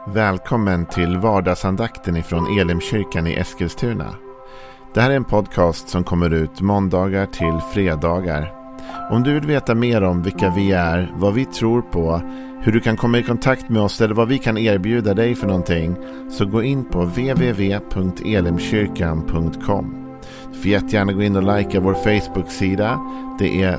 Välkommen till vardagsandakten ifrån Elimkyrkan i Eskilstuna. Det här är en podcast som kommer ut måndagar till fredagar. Om du vill veta mer om vilka vi är, vad vi tror på, hur du kan komma i kontakt med oss eller vad vi kan erbjuda dig för någonting, så gå in på www.elimkyrkan.com. Du får jättegärna gå in och likea vår Facebook-sida. Det är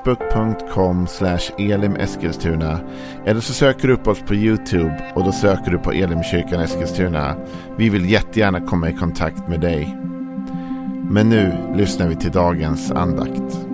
facebook.com/elimeskilstuna. Eller så söker du upp oss på YouTube och då söker du på Elimkyrkan Eskilstuna. Vi vill jättegärna komma i kontakt med dig. Men nu lyssnar vi till dagens andakt.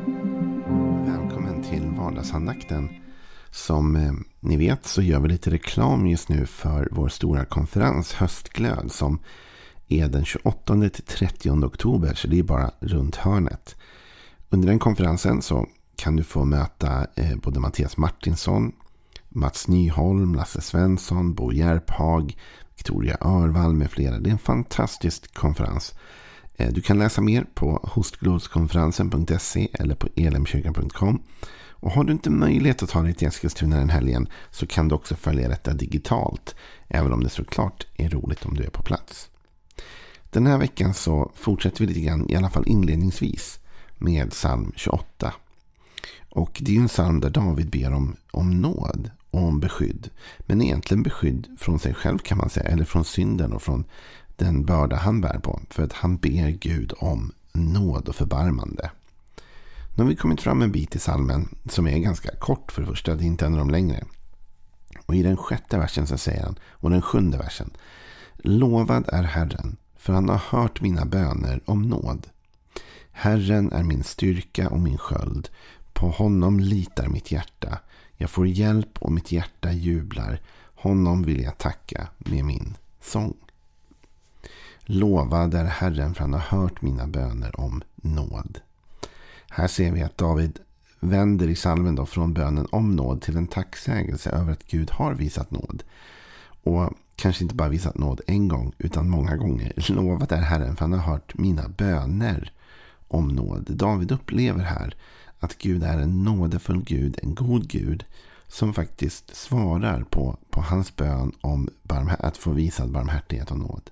Välkommen till vardagsandakten. Som ni vet så gör vi lite reklam just nu för vår stora konferens Höstglöd som är den 28 till 30 oktober, så det är bara runt hörnet. Under den konferensen så kan du få möta både Mattias Martinsson, Mats Nyholm, Lasse Svensson, Bo Järphag, Victoria Örvall med flera. Det är en fantastisk konferens. Du kan läsa mer på hostglodskonferensen.se eller på elimkyrkan.com. Och har du inte möjlighet att ta dig till Eskilstuna den helgen så kan du också följa detta digitalt, även om det såklart är roligt om du är på plats. Den här veckan så fortsätter vi lite grann, i alla fall inledningsvis, med psalm 28. Och det är ju en psalm där David ber om nåd och om beskydd. Men egentligen beskydd från sig själv kan man säga, eller från synden och från den börda han bär på. För att han ber Gud om nåd och förbarmande. Nu har vi kommit fram en bit i psalmen som är ganska kort för det första, det är inte en av de längre. Och i den 6:e versen så säger han, och den 7:e versen: Lovad är Herren, för han har hört mina böner om nåd. Herren är min styrka och min sköld. På honom litar mitt hjärta. Jag får hjälp och mitt hjärta jublar. Honom vill jag tacka med min sång. Lovad är Herren, för han har hört mina böner om nåd. Här ser vi att David vänder i psalmen då från bönen om nåd till en tacksägelse över att Gud har visat nåd. Och kanske inte bara visat nåd en gång utan många gånger. Lovad är Herren, för han har hört mina böner om nåd. David upplever här att Gud är en nådefull Gud, en god Gud som faktiskt svarar på hans bön om att få visad barmhärtighet och nåd.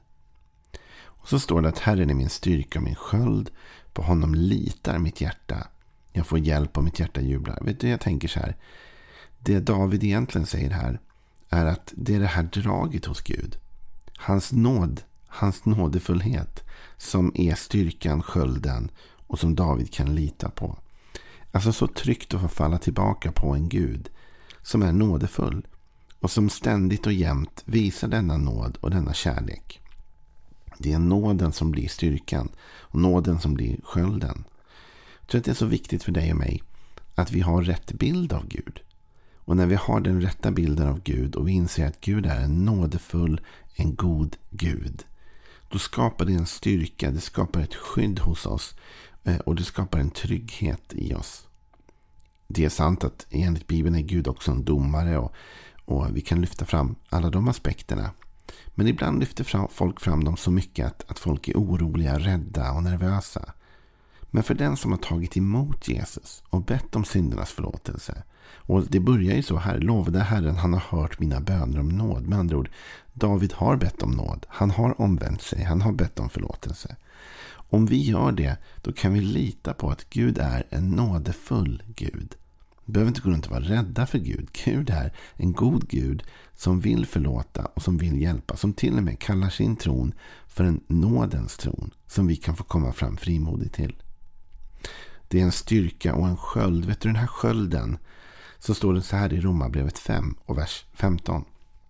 Och så står det att Herren är min styrka och min sköld. På honom litar mitt hjärta. Jag får hjälp och mitt hjärta jublar. Vet du, jag tänker så här. Det David egentligen säger här är att det är det här draget hos Gud. Hans nåd, hans nådefullhet som är styrkan, skölden och som David kan lita på. Alltså så tryggt att få falla tillbaka på en Gud som är nådefull och som ständigt och jämt visar denna nåd och denna kärlek. Det är nåden som blir styrkan och nåden som blir skölden. Jag tror att det är så viktigt för dig och mig att vi har rätt bild av Gud. Och när vi har den rätta bilden av Gud och vi inser att Gud är en nådefull, en god Gud, då skapar det en styrka, det skapar ett skydd hos oss och det skapar en trygghet i oss. Det är sant att enligt Bibeln är Gud också en domare och vi kan lyfta fram alla de aspekterna. Men ibland lyfter folk fram dem så mycket att folk är oroliga, rädda och nervösa. Men för den som har tagit emot Jesus och bett om syndernas förlåtelse, och det börjar ju så här: lovade Herren, han har hört mina böner om nåd. Med andra ord, David har bett om nåd, han har omvänt sig, han har bett om förlåtelse. Om vi gör det, då kan vi lita på att Gud är en nådefull Gud. Vi behöver inte gå runt och vara rädda för Gud. Gud är en god Gud som vill förlåta och som vill hjälpa, som till och med kallar sin tron för en nådens tron som vi kan få komma fram frimodigt till. Det är en styrka och en sköld. Vet du, den här skölden, så står det så här i Romarbrevet 5 och vers 15.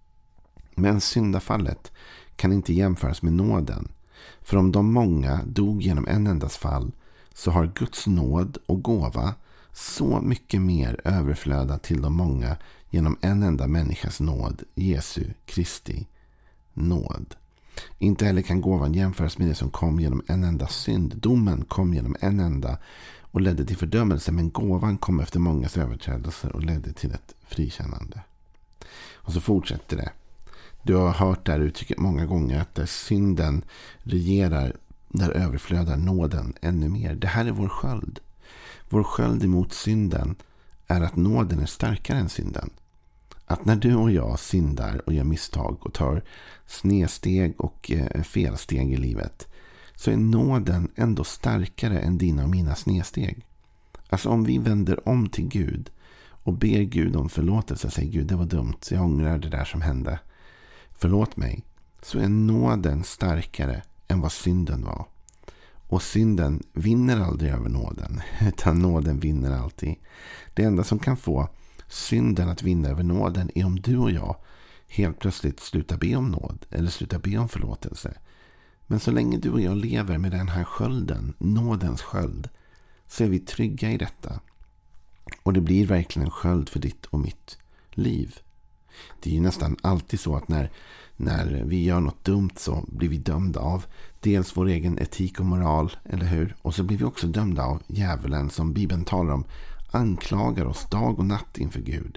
Men syndafallet kan inte jämföras med nåden. För om de många dog genom en endas fall, så har Guds nåd och gåva så mycket mer överflödat till de många genom en enda människas nåd, Jesu Kristi nåd. Inte heller kan gåvan jämföras med det som kom genom en enda synd. Domen kom genom en enda och ledde till fördömelse, men gåvan kom efter mångas överträdelser och ledde till ett frikännande. Och så fortsätter det. Du har hört det här uttrycket många gånger, att där synden regerar, där överflödar nåden ännu mer. Det här är vår sköld. Vår sköld emot synden är att nåden är starkare än synden. att när du och jag syndar och gör misstag och tar snedsteg och felsteg i livet, så är nåden ändå starkare än dina och mina snedsteg. Alltså om vi vänder om till Gud och ber Gud om förlåtelse och säger Gud, det var dumt, jag ångrar det där som hände. Förlåt mig. Så är nåden starkare än vad synden var. Och synden vinner aldrig över nåden, utan nåden vinner alltid. Det enda som kan få synden att vinna över nåden är om du och jag helt plötsligt slutar be om nåd eller slutar be om förlåtelse. Men så länge du och jag lever med den här skölden, nådens sköld, så är vi trygga i detta. Och det blir verkligen en sköld för ditt och mitt liv. Det är ju nästan alltid så att när vi gör något dumt så blir vi dömda av dels vår egen etik och moral, eller hur? Och så blir vi också dömda av djävulen som Bibeln talar om, anklagar oss dag och natt inför Gud.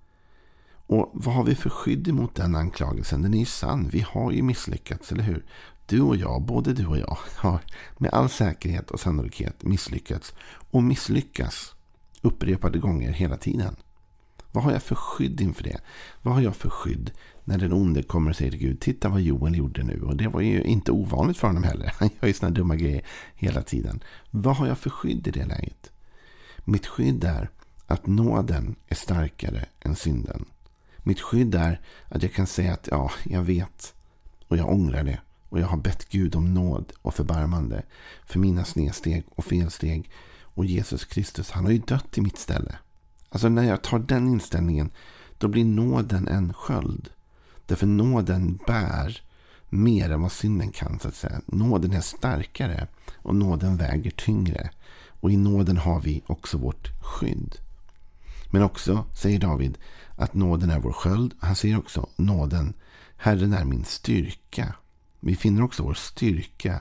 Och vad har vi för skydd emot den anklagelsen? Den är ju sann. Vi har ju misslyckats, eller hur? Du och jag, både du och jag, har med all säkerhet och sannolikhet misslyckats och misslyckas upprepade gånger hela tiden. Vad har jag för skydd inför det? Vad har jag för skydd när den onde kommer och säger till Gud, titta vad Joel gjorde nu? Och det var ju inte ovanligt för honom heller. Han gör ju såna dumma grejer hela tiden. Vad har jag för skydd i det läget? Mitt skydd är att nåden är starkare än synden. Mitt skydd är att jag kan säga att ja, jag vet och jag ångrar det. Och jag har bett Gud om nåd och förbarmande för mina snedsteg och felsteg. Och Jesus Kristus, han har ju dött i mitt ställe. Alltså när jag tar den inställningen, då blir nåden en sköld. Därför nåden bär mer än vad synden kan, så att säga. Nåden är starkare och nåden väger tyngre. Och i nåden har vi också vårt skydd. Men också, säger David, att nåden är vår sköld. Han säger också, nåden, Herren är min styrka. Vi finner också vår styrka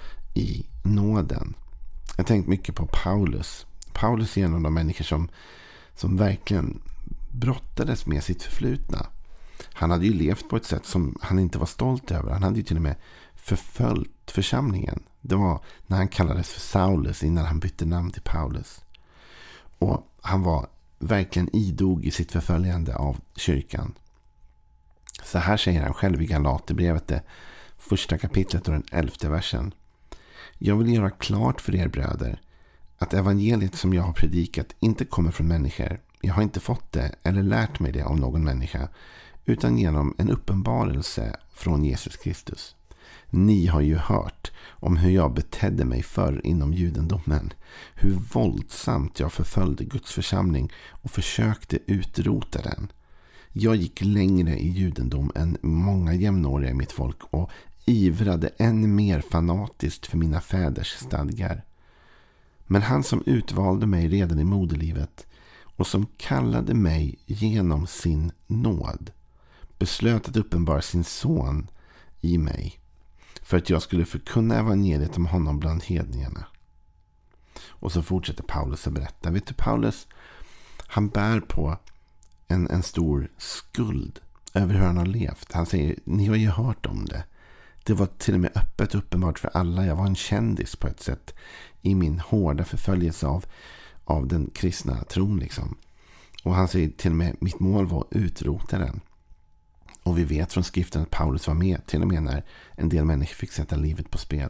i nåden. Jag har tänkt mycket på Paulus. Paulus är en av de människor som verkligen brottades med sitt förflutna. Han hade ju levt på ett sätt som han inte var stolt över. Han hade ju till och med förföljt församlingen. Det var när han kallades för Saulus innan han bytte namn till Paulus. Och han var verkligen idog i sitt förföljande av kyrkan. Så här säger han själv i Galaterbrevet, det första kapitlet och den 11:e versen. Jag vill göra klart för er bröder att evangeliet som jag har predikat inte kommer från människor. Jag har inte fått det eller lärt mig det av någon människa, utan genom en uppenbarelse från Jesus Kristus. Ni har ju hört om hur jag betedde mig förr inom judendomen, hur våldsamt jag förföljde Guds församling och försökte utrota den. Jag gick längre i judendom än många jämnåriga i mitt folk och ivrade än mer fanatiskt för mina fäders stadgar. Men han som utvalde mig redan i moderlivet och som kallade mig genom sin nåd beslöt att uppenbara sin son i mig för att jag skulle förkunna evangeliet om honom bland hedningarna. Och så fortsätter Paulus att berätta. Vet du, Paulus, han bär på en stor skuld över hur han har levt. Han säger, ni har ju hört om det. Det var till och med öppet uppenbart för alla. Jag var en kändis på ett sätt i min hårda förföljelse av den kristna tron liksom. Och han säger till och med, mitt mål var att utrota den. Och vi vet från skriften att Paulus var med till och med när en del människor fick sätta livet på spel.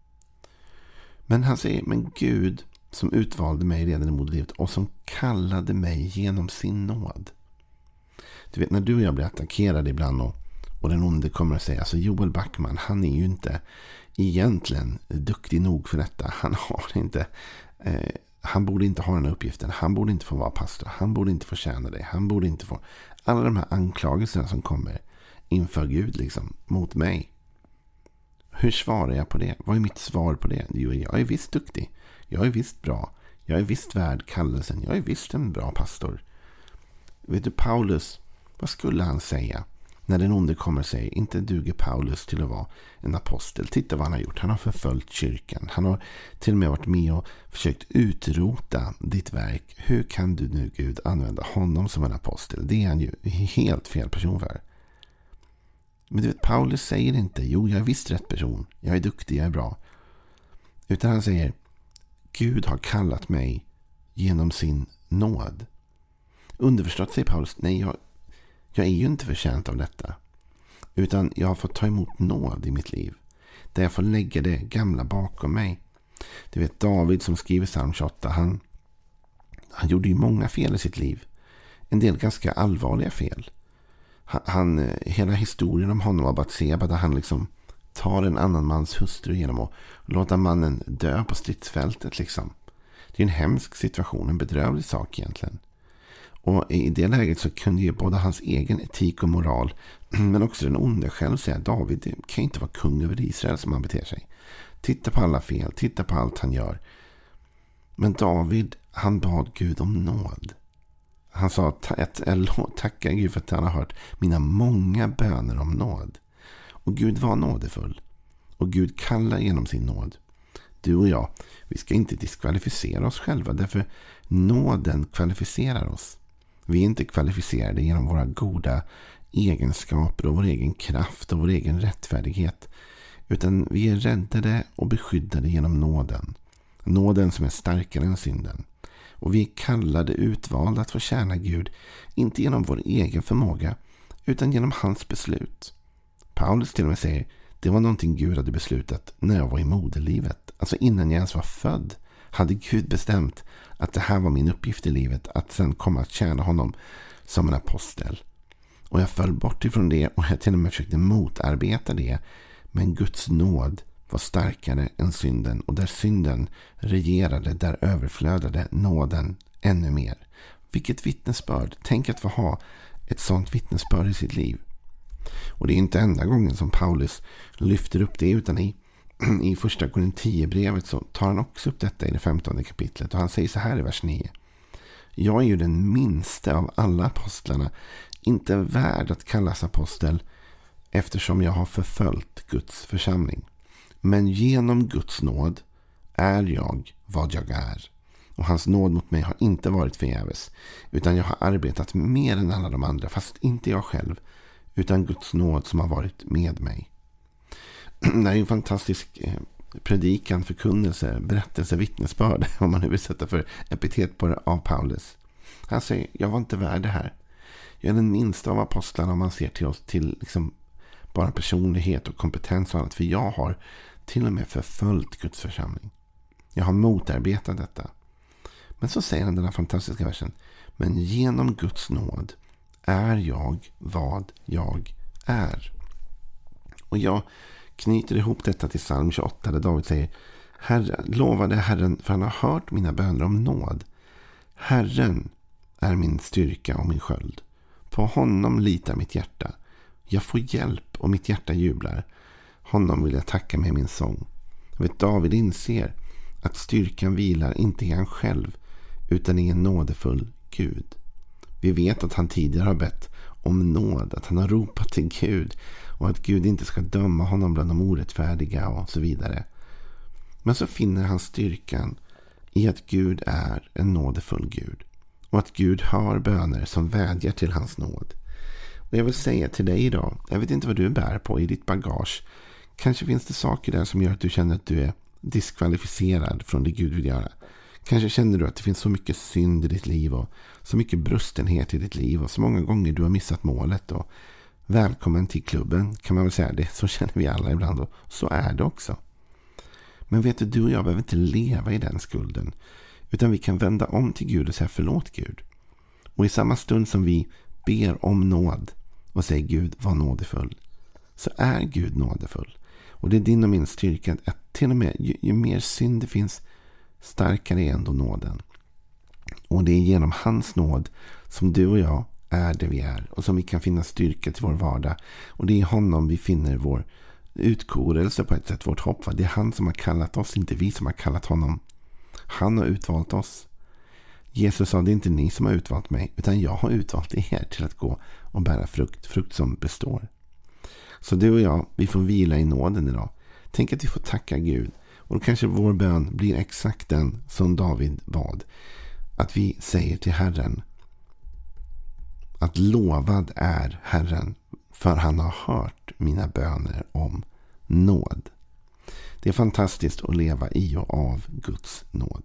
Men han säger, men Gud som utvalde mig redan i moderlivet och som kallade mig genom sin nåd. Du vet, när du och jag blir attackerade ibland och den onde kommer att säga, alltså Joel Backman, han är ju inte egentligen duktig nog för detta. Han borde inte ha den här uppgiften. Han borde inte få vara pastor. Han borde inte få tjäna dig. Han borde inte få alla de här anklagelserna som kommer inför Gud liksom, mot mig. Hur svarar jag på det? Vad är mitt svar på det? Jo, jag är visst duktig. Jag är visst bra. Jag är visst värd kallelsen. Jag är visst en bra pastor. Vet du, Paulus, vad skulle han säga när den onde kommer och säger, inte duger Paulus till att vara en apostel? Titta vad han har gjort. Han har förföljt kyrkan. Han har till och med varit med och försökt utrota ditt verk. Hur kan du nu, Gud, använda honom som en apostel? Det är han ju helt fel person för. Men du vet, Paulus säger inte, jo, jag är visst rätt person. Jag är duktig, jag är bra. Utan han säger, Gud har kallat mig genom sin nåd. Underförstått säger Paulus, nej, Jag är ju inte förtjänt av detta. Utan jag har fått ta emot nåd i mitt liv. Där jag får lägga det gamla bakom mig. Du vet, David som skriver psalm 28. Han gjorde ju många fel i sitt liv. En del ganska allvarliga fel. Hela historien om honom och Batseba, där han liksom tar en annan mans hustru genom att låta mannen dö på stridsfältet liksom. Det är en hemsk situation, en bedrövlig sak egentligen. Och i det läget så kunde ju både hans egen etik och moral, men också den onde själv säga: David kan inte vara kung över Israel som han beter sig. Titta på alla fel, titta på allt han gör. Men David, han bad Gud om nåd. Han sa: tacka Gud för att han har hört mina många böner om nåd. Och Gud var nådefull. Och Gud kallar genom sin nåd. Du och jag, vi ska inte diskvalificera oss själva, därför nåden kvalificerar oss. Vi är inte kvalificerade genom våra goda egenskaper och vår egen kraft och vår egen rättfärdighet, utan vi är räddade och beskyddade genom nåden. Nåden som är starkare än synden. Och vi är kallade, utvalda att få tjäna Gud, inte genom vår egen förmåga, utan genom hans beslut. Paulus till och med säger: det var någonting Gud hade beslutat när jag var i moderlivet. Alltså innan jag ens var född hade Gud bestämt att det här var min uppgift i livet, att sen komma att tjäna honom som en apostel. Och jag föll bort ifrån det, och jag till och med försökte motarbeta det. Men Guds nåd var starkare än synden, och där synden regerade, där överflödade nåden ännu mer. Vilket vittnesbörd! Tänk att få ha ett sånt vittnesbörd i sitt liv. Och det är inte enda gången som Paulus lyfter upp det, utan i första Korinthierbrevet så tar han också upp detta i det 15:e kapitlet. Och han säger så här i vers 9: jag är ju den minsta av alla apostlarna, inte värd att kallas apostel, eftersom jag har förföljt Guds församling. Men genom Guds nåd är jag vad jag är. Och hans nåd mot mig har inte varit förgäves, utan jag har arbetat mer än alla de andra, fast inte jag själv, utan Guds nåd som har varit med mig. Det är en fantastisk predikan, förkunnelse, berättelse, vittnesbörd, om man nu vill sätta för epitet på det, av Paulus. Han säger: jag var inte värd det här. Jag är den minsta av apostlarna om man ser till oss, till liksom bara personlighet och kompetens och annat. För jag har till och med förföljt Guds församling. Jag har motarbetat detta. Men så säger han den här fantastiska versen: men genom Guds nåd är jag vad jag är. Och jag knyter ihop detta till psalm 28, där David säger: lovade Herren, för han har hört mina böner om nåd. Herren är min styrka och min sköld. På honom litar mitt hjärta. Jag får hjälp och mitt hjärta jublar. Honom vill jag tacka med min sång. David inser att styrkan vilar inte i han själv, utan i en nådefull Gud. Vi vet att han tidigare har bett om nåd, att han har ropat till Gud, och att Gud inte ska döma honom bland de orättfärdiga och så vidare. Men så finner han styrkan i att Gud är en nådefull Gud, och att Gud hör böner som vädjar till hans nåd. Och jag vill säga till dig idag, jag vet inte vad du bär på i ditt bagage. Kanske finns det saker där som gör att du känner att du är diskvalificerad från det Gud vill göra. Kanske känner du att det finns så mycket synd i ditt liv och så mycket brustenhet i ditt liv, och så många gånger du har missat målet. Och välkommen till klubben, kan man väl säga det. Så känner vi alla ibland, och så är det också. Men vet du och jag behöver inte leva i den skulden, utan vi kan vända om till Gud och säga: förlåt Gud. Och i samma stund som vi ber om nåd och säger: Gud, var nådefull, så är Gud nådefull. Och det är din och min styrka att till och med ju mer synd det finns, starkare är ändå nåden. Och det är genom hans nåd som du och jag är det vi är, och som vi kan finna styrka till vår vardag. Och det är i honom vi finner vår utkorelse, på ett sätt vårt hopp. Det är han som har kallat oss, inte vi som har kallat honom. Han har utvalt oss. Jesus sa: det är inte ni som har utvalt mig, utan jag har utvalt er till att gå och bära frukt som består. Så du och jag, vi får vila i nåden idag. Tänk att vi får tacka Gud. Och då kanske vår bön blir exakt den som David bad. Att vi säger till Herren att lovad är Herren, för han har hört mina böner om nåd. Det är fantastiskt att leva i och av Guds nåd.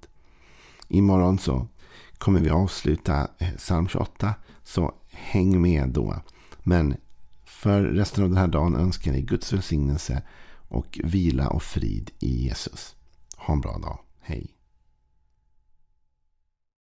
Imorgon så kommer vi avsluta psalm 28, så häng med då. Men för resten av den här dagen önskar jag dig Guds välsignelse och vila och frid i Jesus. Ha en bra dag. Hej.